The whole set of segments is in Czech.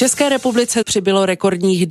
České republice přibylo rekordních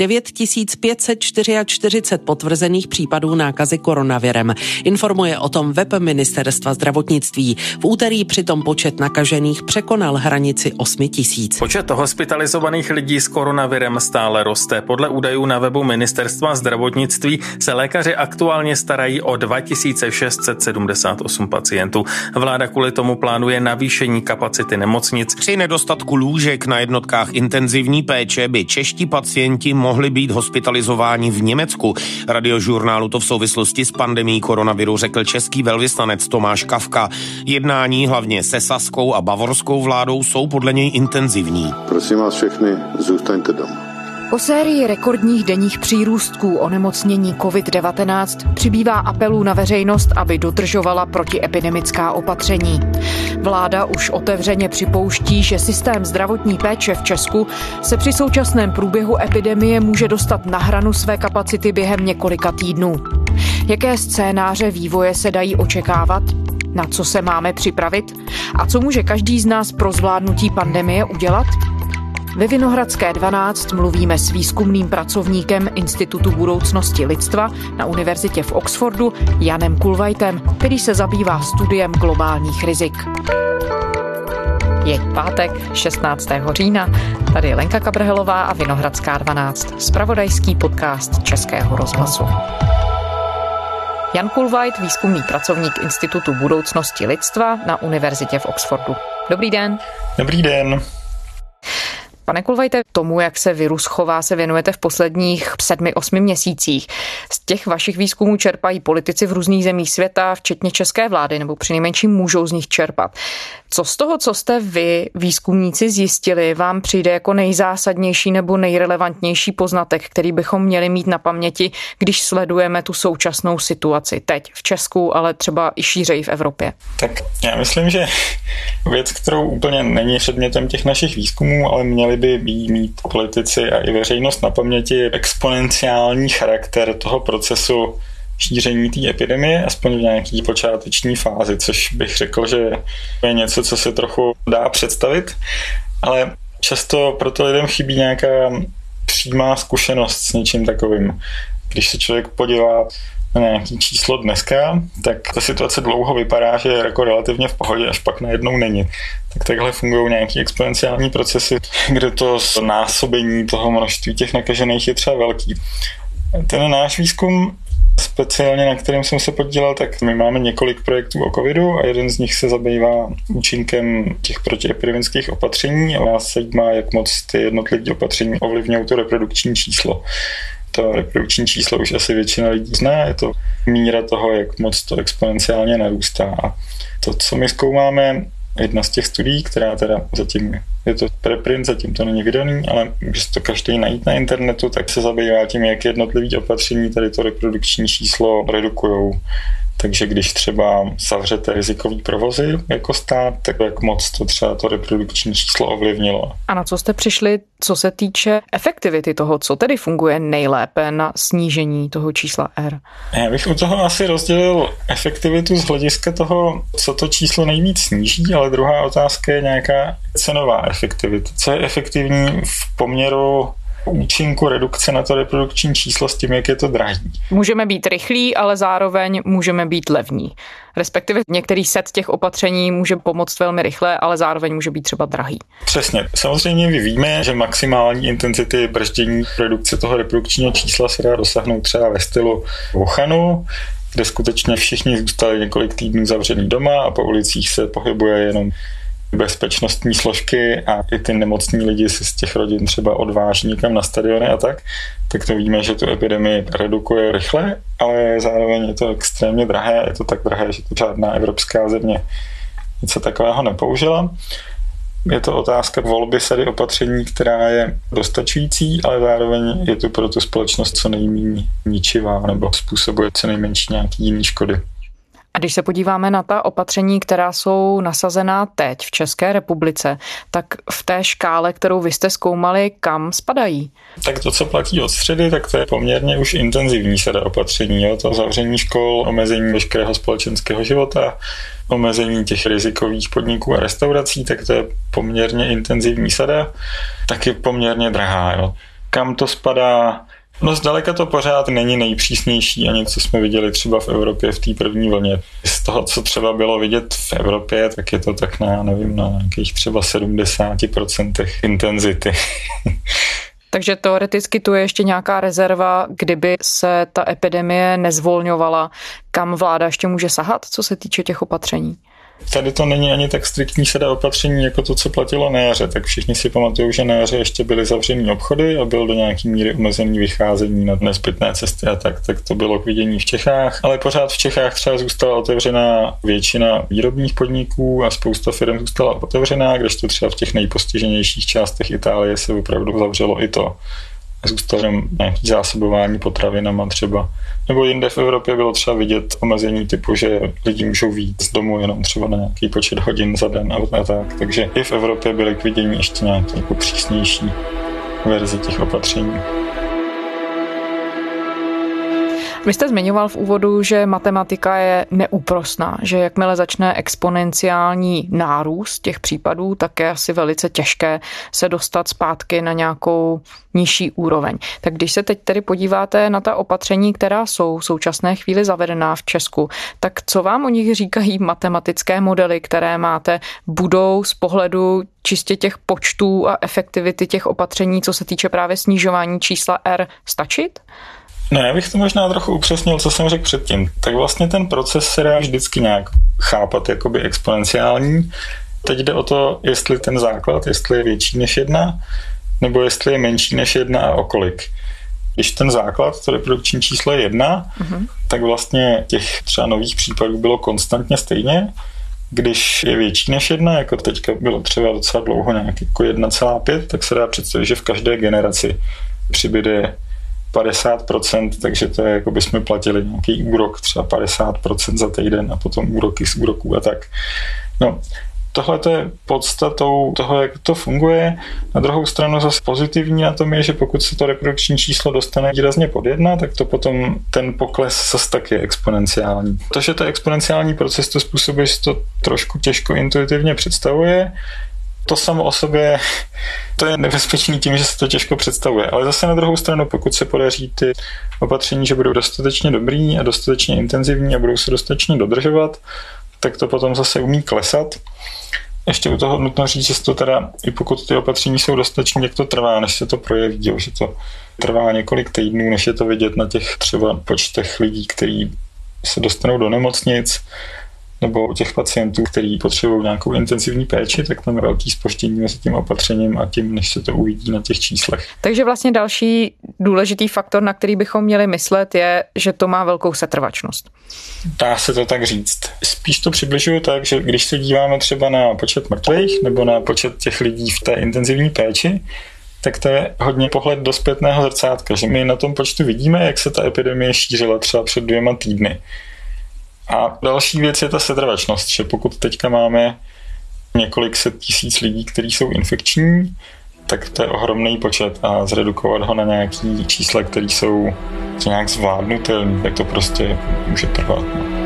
9544 potvrzených případů nákazy koronavirem. Informuje o tom web Ministerstva zdravotnictví. V úterý přitom počet nakažených překonal hranici 8 000. Počet hospitalizovaných lidí s koronavirem stále roste. Podle údajů na webu Ministerstva zdravotnictví se lékaři aktuálně starají o 2678 pacientů. Vláda kvůli tomu plánuje navýšení kapacity nemocnic. Při nedostatku lůžek na jednotkách intenzivní péče by čeští pacienti mohli být hospitalizováni v Německu. Radiožurnálu to v souvislosti s pandemií koronaviru řekl český velvyslanec Tomáš Kafka. Jednání hlavně se saskou a bavorskou vládou jsou podle něj intenzivní. Prosím vás všechny, zůstaňte doma. Po sérii rekordních denních přírůstků onemocnění COVID-19 přibývá apelů na veřejnost, aby dodržovala protiepidemická opatření. Vláda už otevřeně připouští, že systém zdravotní péče v Česku se při současném průběhu epidemie může dostat na hranu své kapacity během několika týdnů. Jaké scénáře vývoje se dají očekávat? Na co se máme připravit? A co může každý z nás pro zvládnutí pandemie udělat? Ve Vinohradské 12 mluvíme s výzkumným pracovníkem Institutu budoucnosti lidstva na univerzitě v Oxfordu Janem Kulvajtem, který se zabývá studiem globálních rizik. Je pátek 16. října, tady je Lenka Kabrhelová a Vinohradská 12, zpravodajský podcast Českého rozhlasu. Jan Kulvajt, výzkumný pracovník Institutu budoucnosti lidstva na univerzitě v Oxfordu. Dobrý den. Dobrý den. Pane Kulvajte, tomu, jak se virus chová, se věnujete v posledních 7-8 měsících. Z těch vašich výzkumů čerpají politici v různých zemích světa, včetně české vlády, nebo přinejmenším můžou z nich čerpat. Co z toho, co jste vy, výzkumníci, zjistili, vám přijde jako nejzásadnější nebo nejrelevantnější poznatek, který bychom měli mít na paměti, když sledujeme tu současnou situaci teď v Česku, ale třeba i šířeji v Evropě? Tak já myslím, že věc, kterou úplně není předmětem těch našich výzkumů, ale měli by mít politici a i veřejnost na paměti, exponenciální charakter toho procesu šíření té epidemie, aspoň v nějaké počáteční fázi, což bych řekl, že je něco, co se trochu dá představit, ale často proto lidem chybí nějaká přímá zkušenost s něčím takovým. Když se člověk podívá na nějaké číslo dneska, tak ta situace dlouho vypadá, že je jako relativně v pohodě, až pak najednou není. Tak takhle fungují nějaké exponenciální procesy, kde to násobení toho množství těch nakažených je třeba velký. Ten náš výzkum, speciálně na kterém jsem se podílel, tak my máme několik projektů o covidu a jeden z nich se zabývá účinkem těch protiepidemických opatření a nás se zajímá, jak moc ty jednotlivé opatření ovlivňují to reprodukční číslo. To reprodukční číslo už asi většina lidí zná, je to míra toho, jak moc to exponenciálně narůstá. A to, co my zkoumáme, jedna z těch studií, která teda zatím je to preprint, zatím to není vydaný, ale může to každý najít na internetu, tak se zabývá tím, jak jednotlivý opatření tady to reprodukční číslo redukujou. Takže když třeba zavřete rizikový provozy jako stát, tak jak moc to třeba to reprodukční číslo ovlivnilo. A na co jste přišli, co se týče efektivity toho, co tedy funguje nejlépe na snížení toho čísla R? Já bych u toho asi rozdělil efektivitu z hlediska toho, co to číslo nejvíc sníží, ale druhá otázka je nějaká cenová efektivita. Co je efektivní v poměru účinku redukce na to reprodukční číslo s tím, jak je to drahý. Můžeme být rychlí, ale zároveň můžeme být levní. Respektive některý set těch opatření může pomoct velmi rychle, ale zároveň může být třeba drahý. Přesně. Samozřejmě víme, že maximální intenzity brždění redukce toho reprodukčního čísla se dá dosáhnout třeba ve stylu Wuhanu, kde skutečně všichni zůstali několik týdnů zavřený doma a po ulicích se pohybuje jenom bezpečnostní složky a i ty nemocní lidi si z těch rodin třeba odváží někam na stadiony a tak to víme, že tu epidemii redukuje rychle, ale zároveň je to extrémně drahé, je to tak drahé, že to žádná evropská země něco takového nepoužila. Je to otázka volby sady opatření, která je dostačující, ale zároveň je tu pro tu společnost co nejméně ničivá nebo způsobuje co nejmenší nějaký jiný škody. A když se podíváme na ta opatření, která jsou nasazená teď v České republice, tak v té škále, kterou vy jste zkoumali, kam spadají? Tak to, co platí od středy, tak to je poměrně už intenzivní sada opatření. Jo? To zavření škol, omezení veškerého společenského života, omezení těch rizikových podniků a restaurací, tak to je poměrně intenzivní sada, taky poměrně drahá. Jo? Kam to spadá? No zdaleka to pořád není nejpřísnější ani co jsme viděli třeba v Evropě v té první vlně. Z toho, co třeba bylo vidět v Evropě, tak je to tak na nějakých třeba 70% intenzity. Takže teoreticky tu je ještě nějaká rezerva, kdyby se ta epidemie nezvolňovala, kam vláda ještě může sahat, co se týče těch opatření? Tady to není ani tak striktní sada opatření, jako to, co platilo na jaře. Tak všichni si pamatují, že na jaře ještě byly zavřený obchody a bylo do nějaký míry omezený vycházení na nezbytné cesty a tak to bylo k vidění v Čechách. Ale pořád v Čechách třeba zůstala otevřená většina výrobních podniků a spousta firm zůstala otevřená, kdežto třeba v těch nejpostiženějších částech Itálie se opravdu zavřelo i to. Zůstalo jenom nějaké zásobování potravinama třeba. Nebo jinde v Evropě bylo třeba vidět omezení typu, že lidi můžou vyjít z domu jenom třeba na nějaký počet hodin za den a tak. Takže i v Evropě byly k vidění ještě nějaké jako přísnější verze těch opatření. Vy jste zmiňoval v úvodu, že matematika je neúprosná, že jakmile začne exponenciální nárůst těch případů, tak je asi velice těžké se dostat zpátky na nějakou nižší úroveň. Tak když se teď tedy podíváte na ta opatření, která jsou v současné chvíli zavedená v Česku, tak co vám o nich říkají matematické modely, které máte, budou z pohledu čistě těch počtů a efektivity těch opatření, co se týče právě snižování čísla R, stačit? No, já bych to možná trochu upřesnil, co jsem řekl předtím. Tak vlastně ten proces se dá vždycky nějak chápat jakoby exponenciální. Teď jde o to, jestli ten základ, jestli je větší než 1, nebo jestli je menší než 1 a o kolik. Když ten základ, to reprodukční číslo je 1, tak vlastně těch třeba nových případů bylo konstantně stejně. Když je větší než 1, jako teďka bylo třeba docela dlouho nějak jako 1,5, tak se dá představit, že v každé generaci přibyde 50%, takže to je, jako by jsme platili nějaký úrok, třeba 50% za týden a potom úroky z úroků a tak. No, tohle to je podstatou toho, jak to funguje. Na druhou stranu zase pozitivní na tom je, že pokud se to reprodukční číslo dostane výrazně pod 1, tak to potom ten pokles zase taky je exponenciální. To, že to je exponenciální proces, to způsobuje, že to trošku těžko intuitivně představuje. To samo o sobě, to je nebezpečný tím, že se to těžko představuje. Ale zase na druhou stranu, pokud se podaří ty opatření, že budou dostatečně dobrý a dostatečně intenzivní a budou se dostatečně dodržovat, tak to potom zase umí klesat. Ještě u toho nutno říct, že to teda, i pokud ty opatření jsou dostatečně, jak to trvá, než se to projeví, že to trvá několik týdnů, než je to vidět na těch třeba počtech lidí, kteří se dostanou do nemocnic, nebo u těch pacientů, kteří potřebují nějakou intenzivní péči, tak tam je velký zpoždění mezi tím opatřením a tím, než se to uvidí na těch číslech. Takže vlastně další důležitý faktor, na který bychom měli myslet, je, že to má velkou setrvačnost. Dá se to tak říct. Spíš to přibližuju tak, že když se díváme třeba na počet mrtvých nebo na počet těch lidí v té intenzivní péči, tak to je hodně pohled do zpětného zrcátka, že my na tom počtu vidíme, jak se ta epidemie šířila třeba před 2 týdny. A další věc je ta setrvačnost, že pokud teďka máme několik set tisíc lidí, kteří jsou infekční, tak to je ohromný počet a zredukovat ho na nějaký čísla, které jsou nějak zvládnutelné, tak to prostě může trvat.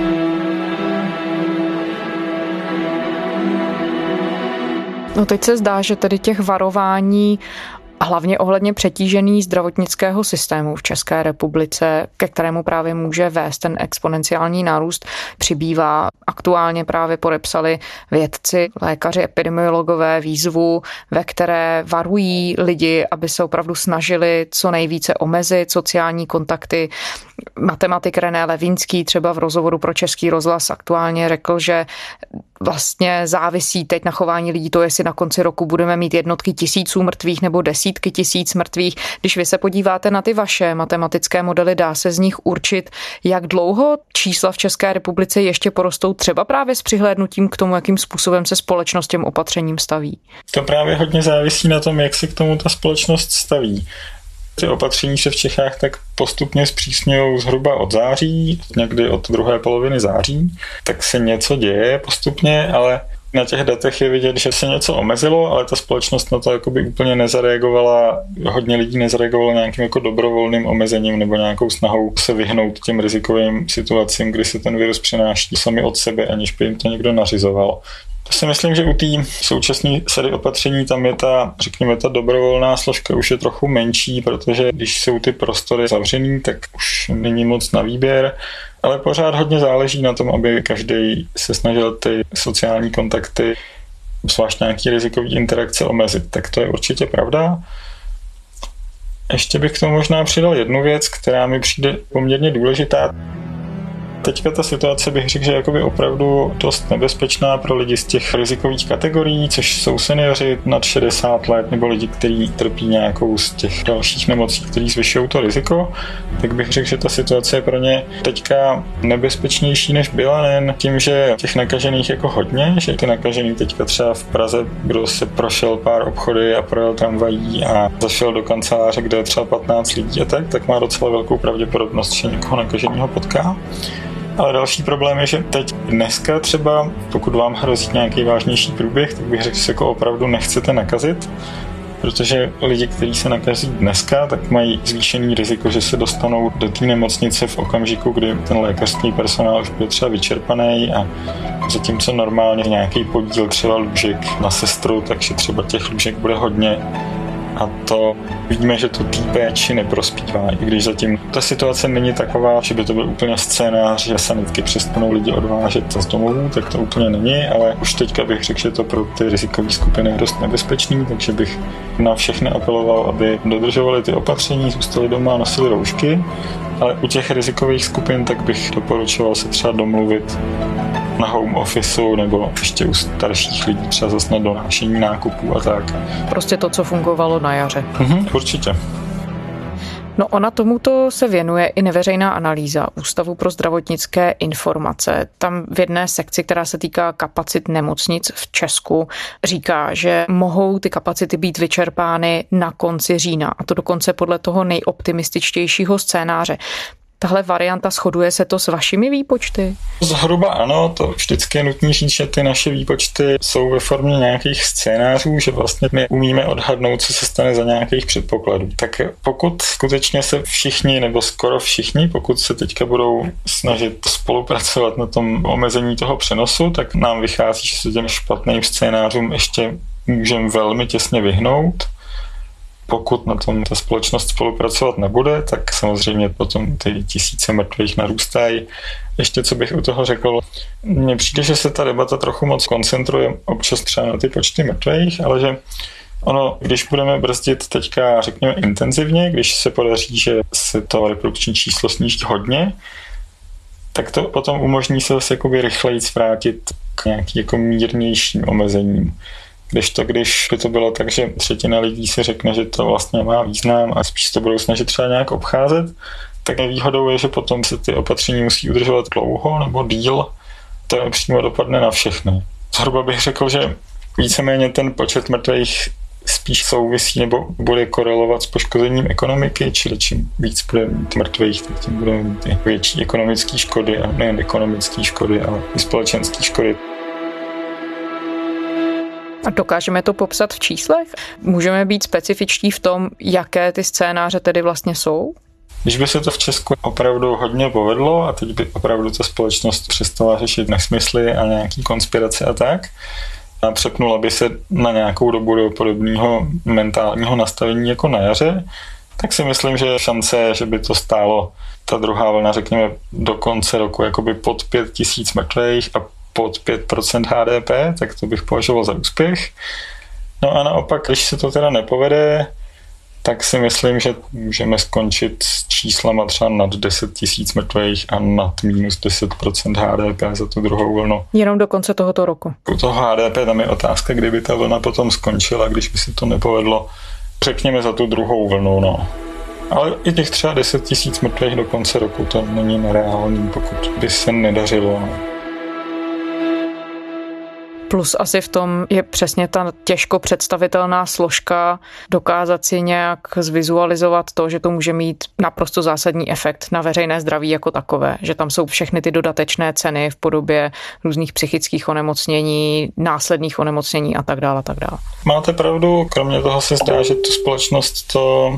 No teď se zdá, že tedy těch varování hlavně ohledně přetížení zdravotnického systému v České republice, ke kterému právě může vést ten exponenciální nárůst, přibývá. Aktuálně právě podepsali vědci, lékaři, epidemiologové výzvu, ve které varují lidi, aby se opravdu snažili co nejvíce omezit sociální kontakty. Matematik René Levínský třeba v rozhovoru pro Český rozhlas aktuálně řekl, že vlastně závisí teď na chování lidí to, jestli na konci roku budeme mít jednotky tisíců mrtvých nebo desítky tisíc mrtvých. Když vy se podíváte na ty vaše matematické modely, dá se z nich určit, jak dlouho čísla v České republice ještě porostou třeba právě s přihlédnutím k tomu, jakým způsobem se společnost těm opatřením staví? To právě hodně závisí na tom, jak se k tomu ta společnost staví. Ty opatření se v Čechách tak postupně zpřísňují zhruba od září, někdy od druhé poloviny září, tak se něco děje postupně, ale na těch datech je vidět, že se něco omezilo, ale ta společnost na to jakoby úplně nezareagovala, hodně lidí nezareagovalo nějakým jako dobrovolným omezením nebo nějakou snahou se vyhnout těm rizikovým situacím, kdy se ten virus přenáší sami od sebe, aniž by jim to někdo nařizoval. To si myslím, že u té současné sady opatření tam je ta, řekněme, ta dobrovolná složka už je trochu menší, protože když jsou ty prostory zavřený, tak už není moc na výběr, ale pořád hodně záleží na tom, aby každý se snažil ty sociální kontakty, zvlášť nějaký rizikový interakce omezit. Tak to je určitě pravda. Ještě bych k tomu možná přidal jednu věc, která mi přijde poměrně důležitá. Teďka ta situace bych řekl, že je jakoby opravdu dost nebezpečná pro lidi z těch rizikových kategorií, což jsou seniori nad 60 let nebo lidi, kteří trpí nějakou z těch dalších nemocí, které zvyšují to riziko, tak bych řekl, že ta situace je pro ně teďka nebezpečnější, než byla, nejen tím, že těch nakažených jako hodně, že ty nakažený teďka třeba v Praze, kdo se prošel pár obchody a projel tramvají a zašel do kanceláře, kde je třeba 15 lidí a tak má docela velkou pravděpodobnost, že někoho nakaženého potká. Ale další problém je, že teď dneska třeba, pokud vám hrozí nějaký vážnější průběh, tak bych řekl, že se jako opravdu nechcete nakazit, protože lidi, kteří se nakazí dneska, tak mají zvýšený riziko, že se dostanou do té nemocnice v okamžiku, kdy ten lékařský personál už bude třeba vyčerpaný a zatímco normálně nějaký podíl třeba lůžek na sestru, takže třeba těch lůžek bude hodně. A to vidíme, že to té péči neprospívá, i když zatím ta situace není taková, že by to byl úplně scénář, že sanitky přestanou lidi odvážet z domovů, tak to úplně není, ale už teďka bych řekl, že to pro ty rizikové skupiny je dost nebezpečný, takže bych na všechny apeloval, aby dodržovali ty opatření, zůstali doma a nosili roušky, ale u těch rizikových skupin tak bych doporučoval se třeba domluvit na home officeu nebo ještě u starších lidí třeba zase na donášení nákupů a tak. Prostě to, co fungovalo na jaře. Určitě. No ona tomuto se věnuje i neveřejná analýza Ústavu pro zdravotnické informace. Tam v jedné sekci, která se týká kapacit nemocnic v Česku, říká, že mohou ty kapacity být vyčerpány na konci října, a to dokonce podle toho nejoptimističtějšího scénáře. Tahle varianta shoduje se to s vašimi výpočty? Zhruba ano, to vždycky je nutné říct, že ty naše výpočty jsou ve formě nějakých scénářů, že vlastně my umíme odhadnout, co se stane za nějakých předpokladů. Tak pokud skutečně se všichni, nebo skoro všichni, pokud se teďka budou snažit spolupracovat na tom omezení toho přenosu, tak nám vychází, že se těm špatným scénářům ještě můžeme velmi těsně vyhnout. Pokud na tom ta společnost spolupracovat nebude, tak samozřejmě potom ty tisíce mrtvých narůstají. Ještě co bych u toho řekl, mně přijde, že se ta debata trochu moc koncentruje občas třeba na ty počty mrtvých, ale že ono, když budeme brzdit teďka, řekněme, intenzivně, když se podaří, že se to reprodukční číslo sníží hodně, tak to potom umožní se zase jakoby rychleji vrátit k nějakým jako mírnějším omezením. Když by to bylo tak, že třetina lidí si řekne, že to vlastně má význam a spíš to budou snažit třeba nějak obcházet, tak nevýhodou je, že potom se ty opatření musí udržovat dlouho nebo díl. To přímo dopadne na všechny. Zhruba bych řekl, že víceméně ten počet mrtvých spíš souvisí nebo bude korelovat s poškozením ekonomiky, čili čím víc bude mít mrtvých, tak tím budeme mít i větší ekonomické škody a nejen ekonomické škody, ale i společenské škody. A dokážeme to popsat v číslech? Můžeme být specifičtí v tom, jaké ty scénáře tedy vlastně jsou? Když by se to v Česku opravdu hodně povedlo a teď by opravdu ta společnost přestala řešit nesmysly a nějaký konspirace a tak, a přepnula by se na nějakou dobu do podobného mentálního nastavení jako na jaře, tak si myslím, že šance, že by to stálo ta druhá vlna, řekněme, do konce roku jakoby pod 5 000 mrtvých a pod 5% HDP, tak to bych považoval za úspěch. No a naopak, když se to teda nepovede, tak si myslím, že můžeme skončit s číslama třeba nad 10 000 mrtvých a nad minus 10% HDP za tu druhou vlnu. Jenom do konce tohoto roku. U toho HDP tam je otázka, kdyby ta vlna potom skončila, když by se to nepovedlo, řekněme za tu druhou vlnu, no. Ale i těch třeba 10 000 mrtvých do konce roku, to není nereální, pokud by se nedařilo, no. Plus asi v tom je přesně ta těžko představitelná složka dokázat si nějak zvizualizovat to, že to může mít naprosto zásadní efekt na veřejné zdraví jako takové, že tam jsou všechny ty dodatečné ceny v podobě různých psychických onemocnění, následných onemocnění a tak dále, a tak dále. Máte pravdu, kromě toho se zdá, že tu společnost to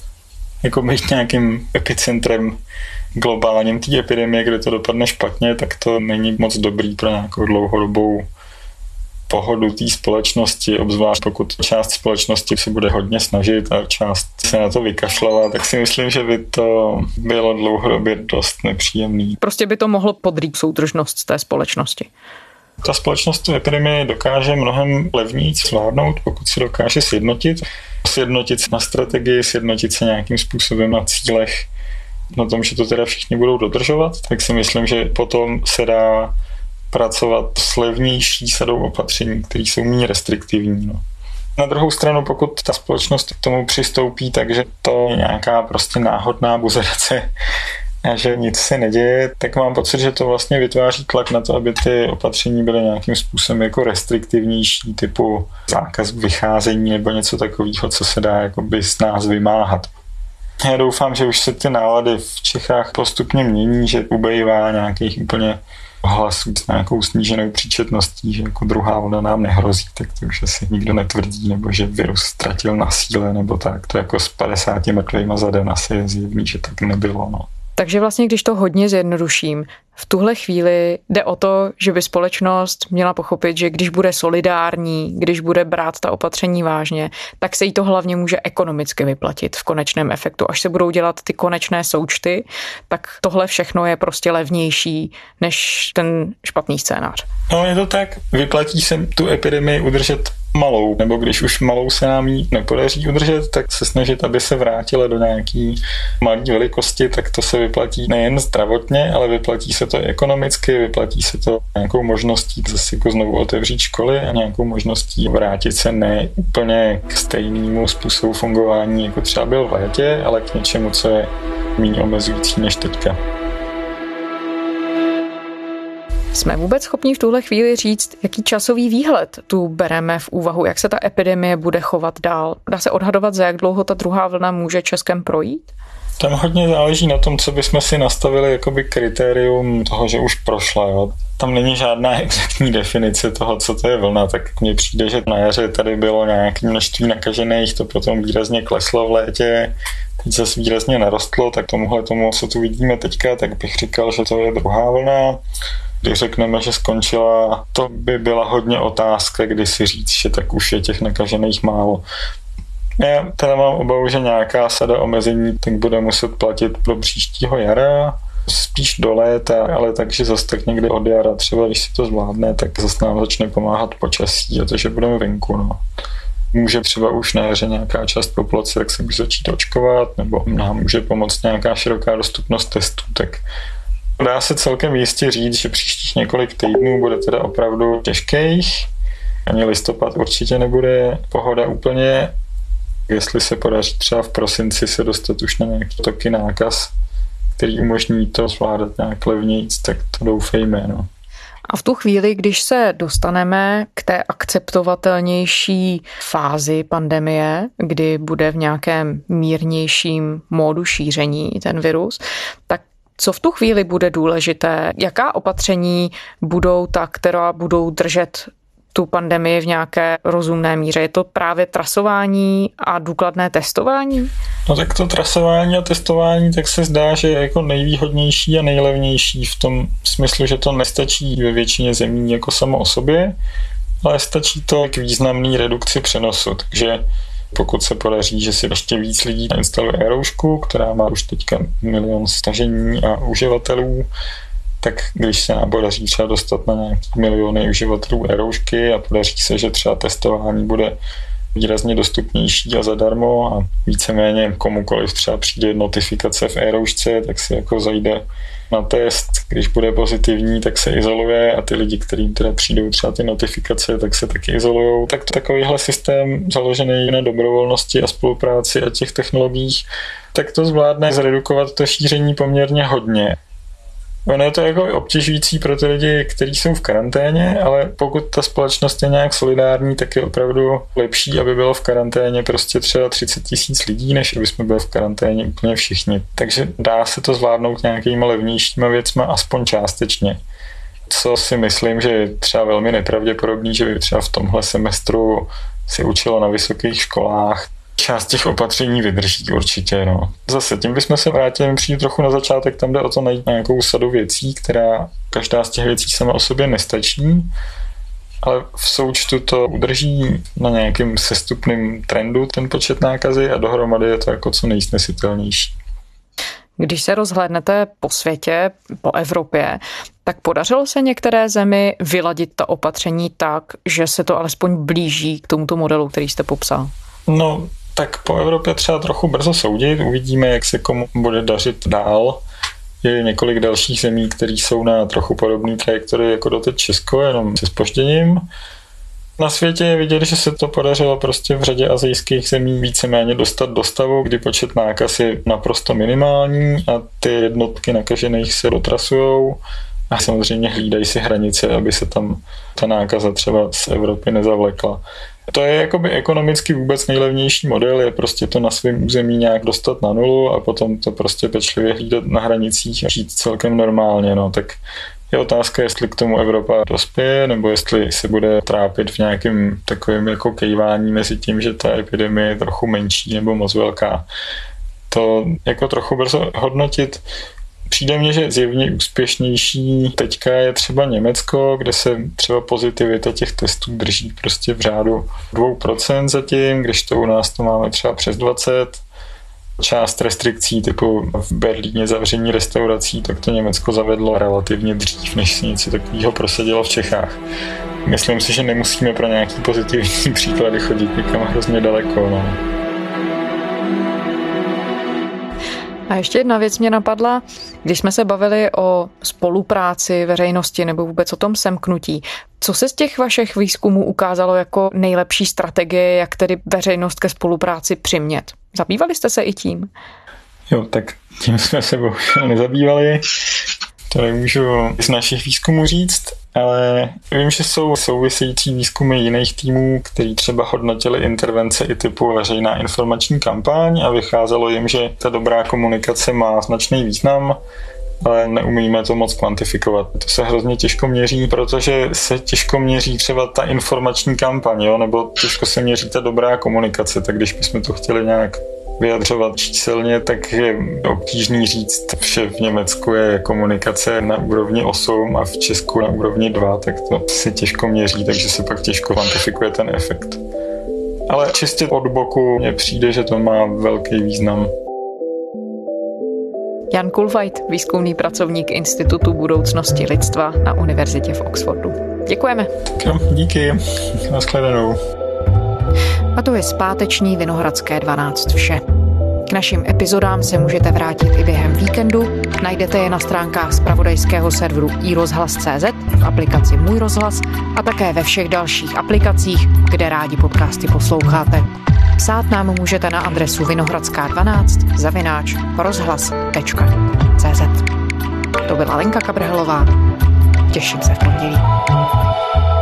jako být nějakým epicentrem globálním té epidemie, kde to dopadne špatně, tak to není moc dobrý pro nějakou dlouhodobou pohodu té společnosti, obzvlášť pokud část společnosti se bude hodně snažit a část se na to vykašlala, tak si myslím, že by to bylo dlouhodobě dost nepříjemný. Prostě by to mohlo podrýt soudržnost té společnosti. Ta společnost tu epidemii dokáže mnohem levněji zvládnout, pokud se dokáže sjednotit se na strategii, sjednotit se nějakým způsobem na cílech, na tom, že to teda všichni budou dodržovat, tak si myslím, že potom se dá pracovat s levnější sadou opatření, které jsou méně restriktivní. No. Na druhou stranu, pokud ta společnost k tomu přistoupí, takže to je nějaká prostě náhodná buzerace a že nic se neděje, tak mám pocit, že to vlastně vytváří tlak na to, aby ty opatření byly nějakým způsobem jako restriktivnější, typu zákaz vycházení nebo něco takového, co se dá jakoby s nás vymáhat. Já doufám, že už se ty nálady v Čechách postupně mění, že ubejvá nějakých úplně hlasů s nějakou sníženou příčetností, že jako druhá vlna nám nehrozí, tak to už asi nikdo netvrdí, nebo že virus ztratil na síle, nebo tak. To jako s 50 mrtvejma za den asi je zjevný, že tak nebylo. No. Takže vlastně, když to hodně zjednoduším, v tuhle chvíli jde o to, že by společnost měla pochopit, že když bude solidární, když bude brát ta opatření vážně, tak se jí to hlavně může ekonomicky vyplatit v konečném efektu. Až se budou dělat ty konečné součty, tak tohle všechno je prostě levnější než ten špatný scénář. No je to tak, vyplatí se tu epidemii udržet malou, nebo když už malou se nám jí nepodaří udržet, tak se snažit, aby se vrátila do nějaký malé velikosti, tak to se vyplatí nejen zdravotně, ale vyplatí se to i ekonomicky, vyplatí se to nějakou možností zase jako znovu otevřít školy a nějakou možností vrátit se ne úplně k stejnému způsobu fungování, jako třeba byl v létě, ale k něčemu, co je méně omezující než teďka. Jsme vůbec schopni v tuhle chvíli říct, jaký časový výhled tu bereme v úvahu, jak se ta epidemie bude chovat dál? Dá se odhadovat, za jak dlouho ta druhá vlna může Českem projít? Tam hodně záleží na tom, co bychom si nastavili jakoby kritérium toho, že už prošla. Jo. Tam není žádná exaktní definice toho, co to je vlna, tak mně přijde, že na jaře tady bylo nějaké množství nakažených, to potom výrazně kleslo v létě, teď zase výrazně narostlo, tak tomuhle tomu, co tu vidíme teďka, tak bych říkal, že to je druhá vlna. Když řekneme, že skončila, to by byla hodně otázka, kdy si říct, že tak už je těch nakažených málo. Já teda mám obavu, že nějaká sada omezení tak bude muset platit do příštího jara, spíš do léta, ale takže zase tak někdy od jara, třeba když se to zvládne, tak zase nám začne pomáhat počasí a to, že budeme venku. No. Může třeba už na jaře nějaká část populace tak se může začít očkovat, nebo nám může pomoct nějaká široká dostupnost testů, tak dá se celkem jistě říct, že příštích několik týdnů bude teda opravdu těžkých. Ani listopad určitě nebude pohoda úplně. Jestli se podaří třeba v prosinci se dostat už na nějaké toky nákaz, který umožní to zvládat nějak levnějc, tak to doufejme. No. A v tu chvíli, když se dostaneme k té akceptovatelnější fázi pandemie, kdy bude v nějakém mírnějším módu šíření ten virus, tak co v tu chvíli bude důležité? Jaká opatření budou ta, která budou držet tu pandemii v nějaké rozumné míře? Je to právě trasování a důkladné testování? No tak to trasování a testování tak se zdá, že je jako nejvýhodnější a nejlevnější v tom smyslu, že to nestačí ve většině zemí jako samo o sobě, ale stačí to k významné redukci přenosu. Takže pokud se podaří, že si ještě víc lidí instaluje e-roušku, která má už teďka 1 milion stažení a uživatelů, tak když se nám podaří třeba dostat na nějaký miliony uživatelů e-roušky a podaří se, že třeba testování bude výrazně dostupnější a zadarmo a víceméně komukoliv třeba přijde notifikace v e-roušce, tak si jako zajde na test, když bude pozitivní, tak se izoluje a ty lidi, kterým teda přijdou třeba ty notifikace, tak se taky izolujou. Tak takovýhle systém založený na dobrovolnosti a spolupráci a těch technologiích, tak to zvládne zredukovat to šíření poměrně hodně. Ono je to jako obtěžující pro ty lidi, kteří jsou v karanténě, ale pokud ta společnost je nějak solidární, tak je opravdu lepší, aby bylo v karanténě prostě třeba 30 000 lidí, než aby jsme byli v karanténě úplně všichni. Takže dá se to zvládnout nějakýma levnějšíma věcma, aspoň částečně. Co si myslím, že je třeba velmi nepravděpodobný, že by třeba v tomhle semestru si učilo na vysokých školách. Část těch opatření vydrží určitě. No. Zase tím bychom se vrátili přijít trochu na začátek, tam jde o to najít nějakou sadu věcí, která každá z těch věcí sama o sobě nestačí, ale v součtu to udrží na nějakým sestupným trendu ten počet nákazy a dohromady je to jako co nejsnesitelnější. Když se rozhlédnete po světě, po Evropě, tak podařilo se některé zemi vyladit ta opatření tak, že se to alespoň blíží k tomuto modelu, který jste popsal? No, tak po Evropě třeba trochu brzo soudit, uvidíme, jak se komu bude dařit dál. Je několik dalších zemí, které jsou na trochu podobné trajektory jako doteď Česko, jenom se zpožděním. Na světě je vidět, že se to podařilo prostě v řadě asijských zemí víceméně dostat do stavu, kdy počet nákaz je naprosto minimální a ty jednotky nakažených se dotrasujou a samozřejmě hlídají si hranice, aby se tam ta nákaza třeba z Evropy nezavlekla. To je jakoby ekonomicky vůbec nejlevnější model, je prostě to na svém území nějak dostat na nulu a potom to prostě pečlivě hlídat na hranicích a žít celkem normálně. No. Tak je otázka, jestli k tomu Evropa dospěje, nebo jestli se bude trápit v nějakém takovém jako kejvání mezi tím, že ta epidemie je trochu menší nebo moc velká. To jako trochu brzo hodnotit. Přijde mně, že zjevně úspěšnější teďka je třeba Německo, kde se třeba pozitivita těch testů drží prostě v řádu 2% zatím, když to u nás to máme třeba přes 20%. Část restrikcí typu v Berlíně zavření restaurací, tak to Německo zavedlo relativně dřív, než si něco takového prosadilo v Čechách. Myslím si, že nemusíme pro nějaký pozitivní příklady chodit někam hrozně daleko. No. A ještě jedna věc mě napadla, když jsme se bavili o spolupráci veřejnosti nebo vůbec o tom semknutí. Co se z těch vašich výzkumů ukázalo jako nejlepší strategie, jak tedy veřejnost ke spolupráci přimět? Zabývali jste se i tím? Jo, tak tím jsme se bohužel nezabývali. To nemůžu z našich výzkumů říct, ale vím, že jsou související výzkumy jiných týmů, který třeba hodnotili intervence i typu veřejná informační kampaň a vycházelo jim, že ta dobrá komunikace má značný význam, ale neumíme to moc kvantifikovat. To se hrozně těžko měří, protože se těžko měří třeba ta informační kampaň, jo? Nebo těžko se měří ta dobrá komunikace, tak když bychom to chtěli nějak vyjadřovat číselně, tak je obtížný říct, že v Německu je komunikace na úrovni 8 a v Česku na úrovni 2, tak to se těžko měří, takže se pak těžko kvantifikuje ten efekt. Ale čistě od boku mně přijde, že to má velký význam. Jan Kulveit, výzkumný pracovník Institutu budoucnosti lidstva na Univerzitě v Oxfordu. Děkujeme. Tak jo, díky. Nashledanou. A to je z páteční Vinohradské 12 vše. K našim epizodám se můžete vrátit i během víkendu. Najdete je na stránkách zpravodajského serveru iRozhlas.cz, v aplikaci Můj rozhlas a také ve všech dalších aplikacích, kde rádi podcasty posloucháte. Psát nám můžete na adresu vinohradská12@rozhlas.cz. To byla Lenka Kabrhelová. Těším se v pondělí.